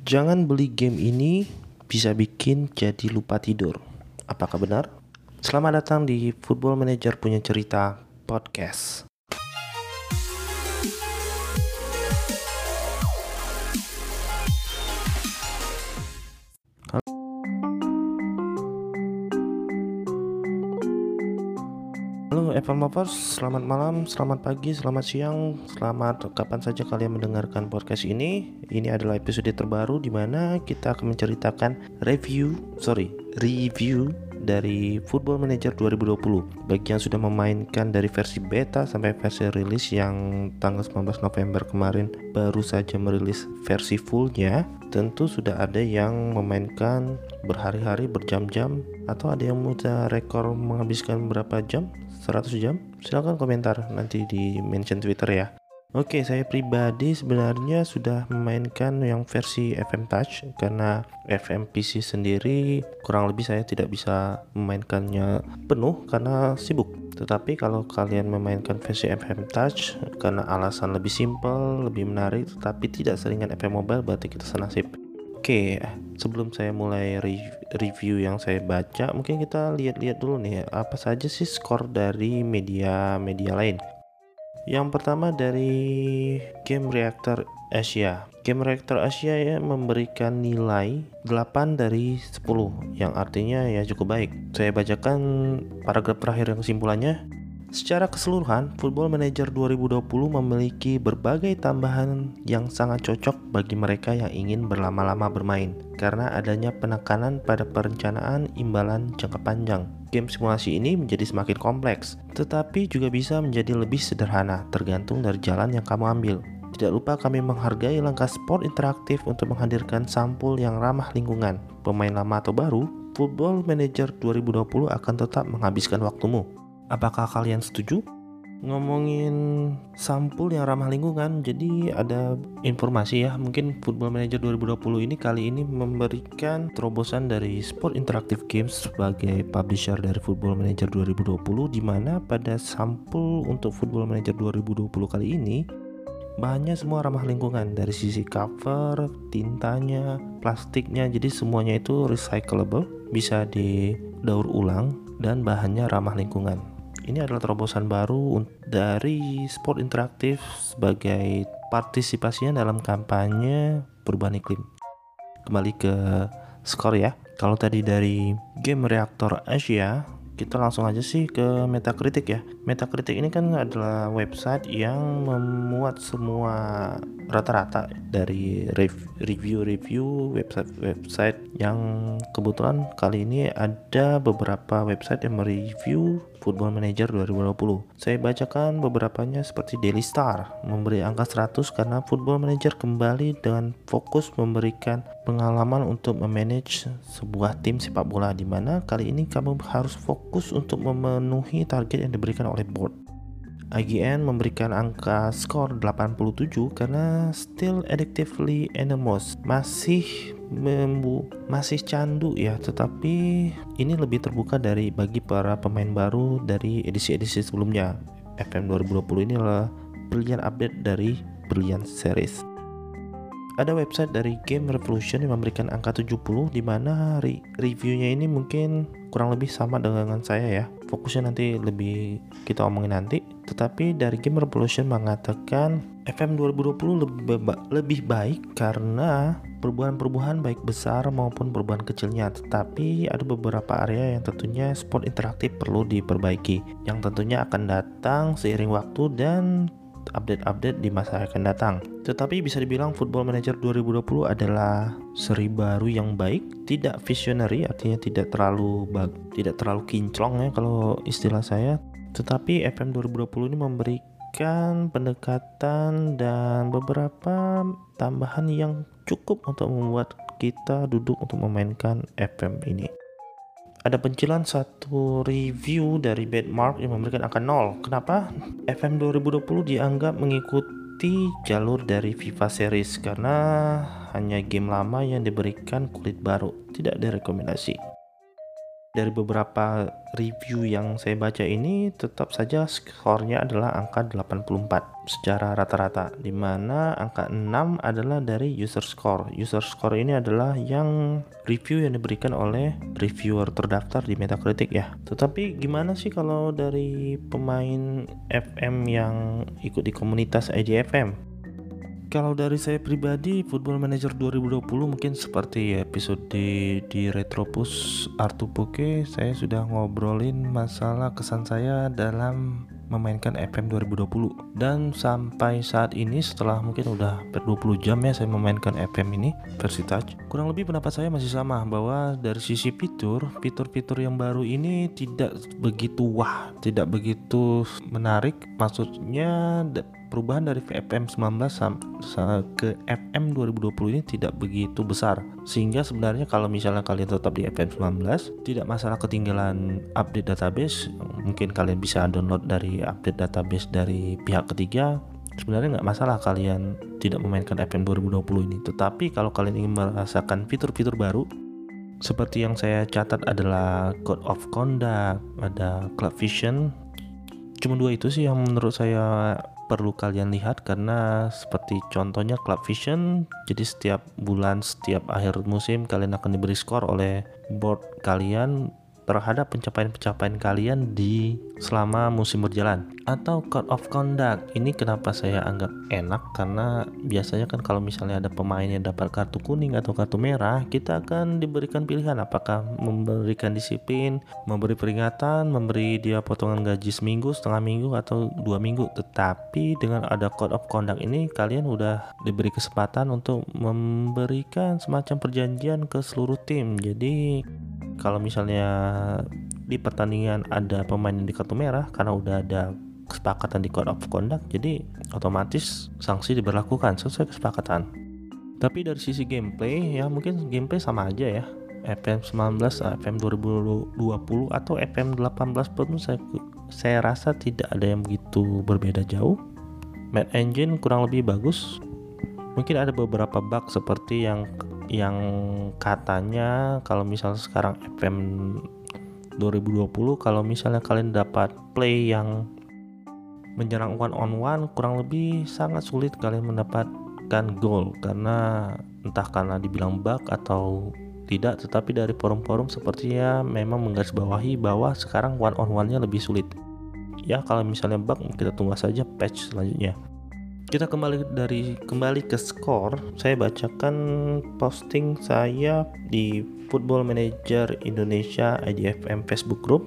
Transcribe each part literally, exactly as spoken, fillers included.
Jangan beli game ini, bisa bikin jadi lupa tidur. Apakah benar? Selamat datang di Football Manager Punya Cerita Podcast. Halo F M Lovers, selamat malam, selamat pagi, selamat siang, selamat kapan saja kalian mendengarkan podcast ini. Ini adalah episode terbaru di mana kita akan menceritakan review, sorry, review dari Football Manager dua ribu dua puluh. Bagi yang sudah memainkan dari versi beta sampai versi rilis yang tanggal sembilan belas November kemarin baru saja merilis versi fullnya, tentu sudah ada yang memainkan berhari-hari, berjam-jam, atau ada yang mudah rekor menghabiskan berapa jam, seratus jam. Silahkan komentar nanti di mention Twitter ya. Oke, saya pribadi sebenarnya sudah memainkan yang versi F M Touch, karena F M P C sendiri kurang lebih saya tidak bisa memainkannya penuh karena sibuk. Tetapi kalau kalian memainkan versi F M Touch karena alasan lebih simpel, lebih menarik, tetapi tidak seringan F M Mobile, berarti kita senasib. Oke, sebelum saya mulai re- review yang saya baca, mungkin kita lihat-lihat dulu nih apa saja sih skor dari media-media lain. Yang pertama dari Game Reactor Asia. Game Reactor Asia ya memberikan nilai delapan dari sepuluh, yang artinya ya cukup baik. Saya bacakan paragraf terakhir yang kesimpulannya. Secara keseluruhan, Football Manager dua ribu dua puluh memiliki berbagai tambahan yang sangat cocok bagi mereka yang ingin berlama-lama bermain, karena adanya penekanan pada perencanaan imbalan jangka panjang. Game simulasi ini menjadi semakin kompleks, tetapi juga bisa menjadi lebih sederhana, tergantung dari jalan yang kamu ambil. Tidak lupa kami menghargai langkah sport interaktif untuk menghadirkan sampul yang ramah lingkungan. Pemain lama atau baru, Football Manager dua ribu dua puluh akan tetap menghabiskan waktumu. Apakah kalian setuju? Ngomongin sampul yang ramah lingkungan, jadi ada informasi ya, mungkin Football Manager dua ribu dua puluh ini kali ini memberikan terobosan dari Sport Interactive Games sebagai publisher dari Football Manager dua ribu dua puluh, di mana pada sampul untuk Football Manager dua ribu dua puluh kali ini bahannya semua ramah lingkungan, dari sisi cover, tintanya, plastiknya, jadi semuanya itu recyclable, bisa didaur ulang, dan bahannya ramah lingkungan. Ini adalah terobosan baru dari Sport Interaktif sebagai partisipasinya dalam kampanye perubahan iklim. Kembali ke skor ya. Kalau tadi dari Game Reactor Asia, kita langsung aja sih ke Metacritic ya. Metacritic ini kan adalah website yang memuat semua rata-rata dari review-review website-website yang kebetulan kali ini ada beberapa website yang mereview Football Manager dua ribu dua puluh. Saya bacakan beberapanya seperti Daily Star memberi angka seratus karena Football Manager kembali dengan fokus memberikan pengalaman untuk memanage sebuah tim sepak bola, di mana kali ini kamu harus fokus untuk memenuhi target yang diberikan oleh board. I G N memberikan angka skor delapan puluh tujuh karena Still Addictively Enormous masih membu masih candu ya, tetapi ini lebih terbuka dari bagi para pemain baru dari edisi-edisi sebelumnya. F M dua ribu dua puluh ini adalah brilliant update dari Brilliant Series. Ada website dari Game Revolution yang memberikan angka tujuh puluh, di mana re- reviewnya ini mungkin kurang lebih sama dengan saya ya. Fokusnya nanti lebih kita omongin nanti. Tetapi dari Game Revolution mengatakan F M dua ribu dua puluh lebih, ba- lebih baik karena perubahan-perubahan baik besar maupun perubahan kecilnya. Tetapi ada beberapa area yang tentunya sport interaktif perlu diperbaiki, yang tentunya akan datang seiring waktu dan update-update di masa akan datang. Tetapi bisa dibilang Football Manager dua ribu dua puluh adalah seri baru yang baik, tidak visionary, artinya tidak terlalu bag, tidak terlalu kinclong ya kalau istilah saya. Tetapi F M dua ribu dua puluh ini memberikan pendekatan dan beberapa tambahan yang cukup untuk membuat kita duduk untuk memainkan F M ini. Ada pencilan satu review dari Bedmark yang memberikan angka nol. Kenapa? F M dua ribu dua puluh dianggap mengikuti jalur dari FIFA Series karena hanya game lama yang diberikan kulit baru, tidak direkomendasi. Dari beberapa review yang saya baca ini tetap saja skornya adalah angka delapan puluh empat secara rata-rata, di mana angka enam adalah dari user score. User score ini adalah yang review yang diberikan oleh reviewer terdaftar di Metacritic ya. Tetapi gimana sih kalau dari pemain F M yang ikut di komunitas I D F M? Kalau dari saya pribadi, Football Manager dua ribu dua puluh mungkin seperti episode di, di Retropus Artupoke, saya sudah ngobrolin masalah kesan saya dalam memainkan F M dua ribu dua puluh. Dan sampai saat ini setelah mungkin udah hampir dua puluh jam ya saya memainkan F M ini versi touch, kurang lebih pendapat saya masih sama bahwa dari sisi fitur, fitur-fitur yang baru ini tidak begitu wah, tidak begitu menarik. Maksudnya perubahan dari F M sembilan belas ke F M dua ribu dua puluh ini tidak begitu besar, sehingga sebenarnya kalau misalnya kalian tetap di F M sembilan belas tidak masalah ketinggalan update database. Mungkin kalian bisa download dari update database dari pihak ketiga, sebenarnya nggak masalah kalian tidak memainkan F M dua ribu dua puluh ini. Tetapi kalau kalian ingin merasakan fitur-fitur baru seperti yang saya catat adalah Code of Conduct, ada Club Vision, cuma dua itu sih yang menurut saya perlu kalian lihat, karena seperti contohnya Club Vision, jadi setiap bulan, setiap akhir musim kalian akan diberi skor oleh board kalian terhadap pencapaian-pencapaian kalian di selama musim berjalan. Atau Code of Conduct ini kenapa saya anggap enak, karena biasanya kan kalau misalnya ada pemain yang dapat kartu kuning atau kartu merah, kita akan diberikan pilihan apakah memberikan disiplin, memberi peringatan, memberi dia potongan gaji seminggu, setengah minggu, atau dua minggu. Tetapi dengan ada Code of Conduct ini, kalian udah diberi kesempatan untuk memberikan semacam perjanjian ke seluruh tim. Jadi kalau misalnya di pertandingan ada pemain yang di kartu merah, karena udah ada kesepakatan di Code of Conduct, jadi otomatis sanksi diberlakukan sesuai kesepakatan. Tapi dari sisi gameplay ya mungkin gameplay sama aja ya, F M sembilan belas, F M dua ribu dua puluh atau F M delapan belas pun saya, saya rasa tidak ada yang begitu berbeda jauh. Map Engine kurang lebih bagus. Mungkin ada beberapa bug seperti yang yang katanya kalau misalnya sekarang F M dua ribu dua puluh, kalau misalnya kalian dapat play yang menyerang one on one, kurang lebih sangat sulit kalian mendapatkan gol, karena entah karena dibilang bug atau tidak, tetapi dari forum-forum sepertinya memang menggarisbawahi bahwa sekarang one on one nya lebih sulit ya. Kalau misalnya bug, kita tunggu saja patch selanjutnya. Kita kembali dari kembali ke skor. Saya bacakan posting saya di Football Manager Indonesia I D F M Facebook Group.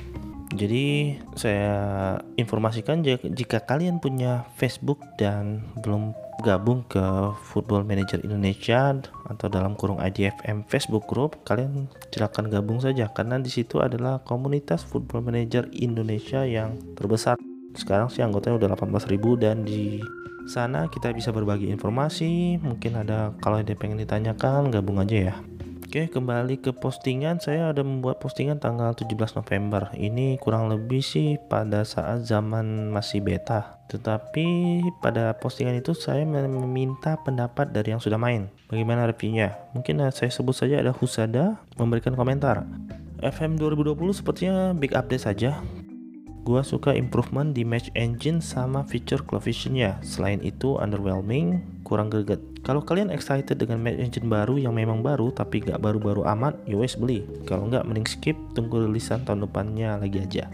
Jadi saya informasikan jika, jika kalian punya Facebook dan belum gabung ke Football Manager Indonesia atau dalam kurung I D F M Facebook Group, kalian silakan gabung saja, karena di situ adalah komunitas Football Manager Indonesia yang terbesar. Sekarang sih anggotanya udah delapan belas ribu, dan di sana kita bisa berbagi informasi. Mungkin ada kalau ada pengen ditanyakan, gabung aja ya. Oke, kembali ke postingan. Saya ada membuat postingan tanggal tujuh belas November. Ini kurang lebih sih pada saat zaman masih beta. Tetapi pada postingan itu saya meminta pendapat dari yang sudah main. Bagaimana reviewnya? Mungkin saya sebut saja ada Husada memberikan komentar. F M dua ribu dua puluh sepertinya big update saja. Gua suka improvement di match engine sama feature Club Vision-nya. Selain itu underwhelming, kurang greget. Kalau kalian excited dengan match engine baru yang memang baru tapi gak baru-baru amat, ya wes beli. Kalau nggak mending skip, tunggu rilisan tahun depannya lagi aja.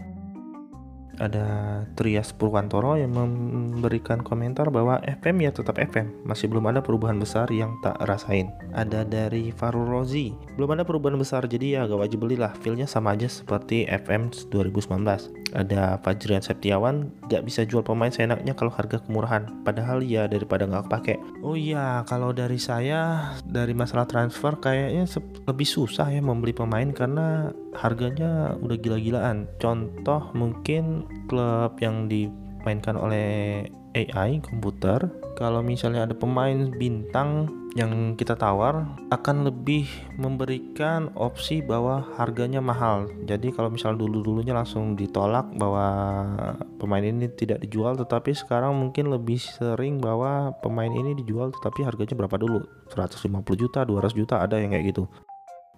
Ada Trias Purwantoro yang memberikan komentar bahwa F M ya tetap F M, masih belum ada perubahan besar yang tak rasain. Ada dari Farul Rozi, belum ada perubahan besar jadi ya gak wajib belilah, feelnya sama aja seperti F M dua ribu sembilan belas. Ada Fajrian Septiawan, gak bisa jual pemain seenaknya kalau harga kemurahan, padahal ya daripada gak kepake. Oh iya, kalau dari saya, dari masalah transfer kayaknya lebih susah ya membeli pemain karena harganya udah gila-gilaan. Contoh mungkin klub yang dimainkan oleh A I komputer, kalau misalnya ada pemain bintang yang kita tawar, akan lebih memberikan opsi bahwa harganya mahal. Jadi kalau misalnya dulu-dulunya langsung ditolak bahwa pemain ini tidak dijual, tetapi sekarang mungkin lebih sering bahwa pemain ini dijual tetapi harganya berapa dulu, seratus lima puluh juta, dua ratus juta, ada yang kayak gitu.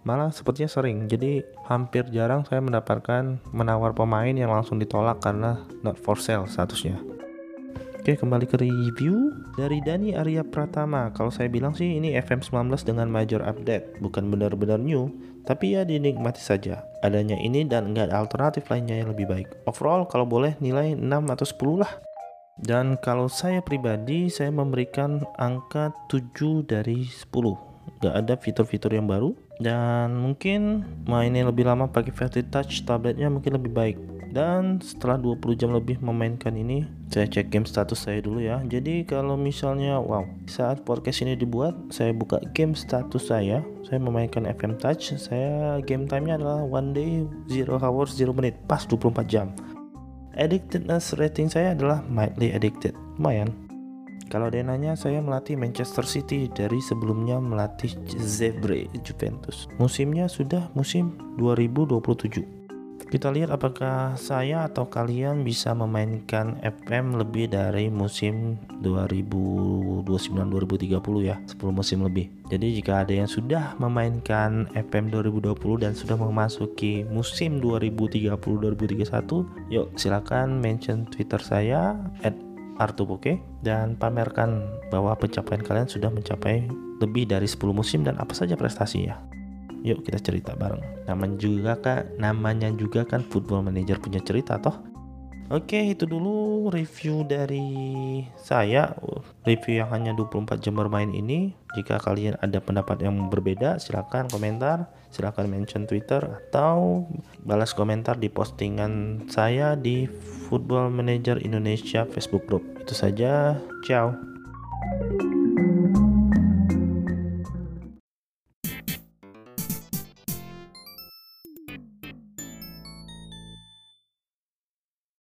Malah sepertinya sering, jadi hampir jarang saya mendapatkan menawar pemain yang langsung ditolak karena not for sale statusnya. Oke, kembali ke review dari Dani Arya Pratama. Kalau saya bilang sih ini F M sembilan belas dengan major update, bukan benar-benar new, tapi ya dinikmati saja. Adanya ini dan nggak ada alternatif lainnya yang lebih baik. Overall kalau boleh nilai enam atau sepuluh lah. Dan kalau saya pribadi, saya memberikan angka tujuh dari sepuluh. Gak ada fitur-fitur yang baru, dan mungkin mainin lebih lama pakai Verti Touch tabletnya mungkin lebih baik. Dan setelah dua puluh jam lebih memainkan ini, saya cek game status saya dulu ya. Jadi kalau misalnya wow, saat podcast ini dibuat, saya buka game status saya, saya memainkan F M Touch, saya game time-nya adalah one day, zero hours, zero menit, pas dua puluh empat jam. Addictedness rating saya adalah mildly addicted, lumayan. Kalau dia nanya, saya melatih Manchester City dari sebelumnya melatih Zebre Juventus. Musimnya sudah musim dua ribu dua puluh tujuh. Kita lihat apakah saya atau kalian bisa memainkan F M lebih dari musim dua ribu dua puluh sembilan dua ribu tiga puluh ya, sepuluh musim lebih. Jadi jika ada yang sudah memainkan F M dua ribu dua puluh dan sudah memasuki musim dua ribu tiga puluh dua ribu tiga puluh satu, yuk silakan mention Twitter saya at artuboke dan pamerkan bahwa pencapaian kalian sudah mencapai lebih dari sepuluh musim dan apa saja prestasinya. Yuk kita cerita bareng. Namanya juga kan, namanya juga kan Football Manager punya cerita toh. Oke, itu dulu review dari saya. Review yang hanya dua puluh empat jam bermain ini. Jika kalian ada pendapat yang berbeda, silakan komentar, silakan mention Twitter atau balas komentar di postingan saya di Football Manager Indonesia Facebook Group. Itu saja. Ciao.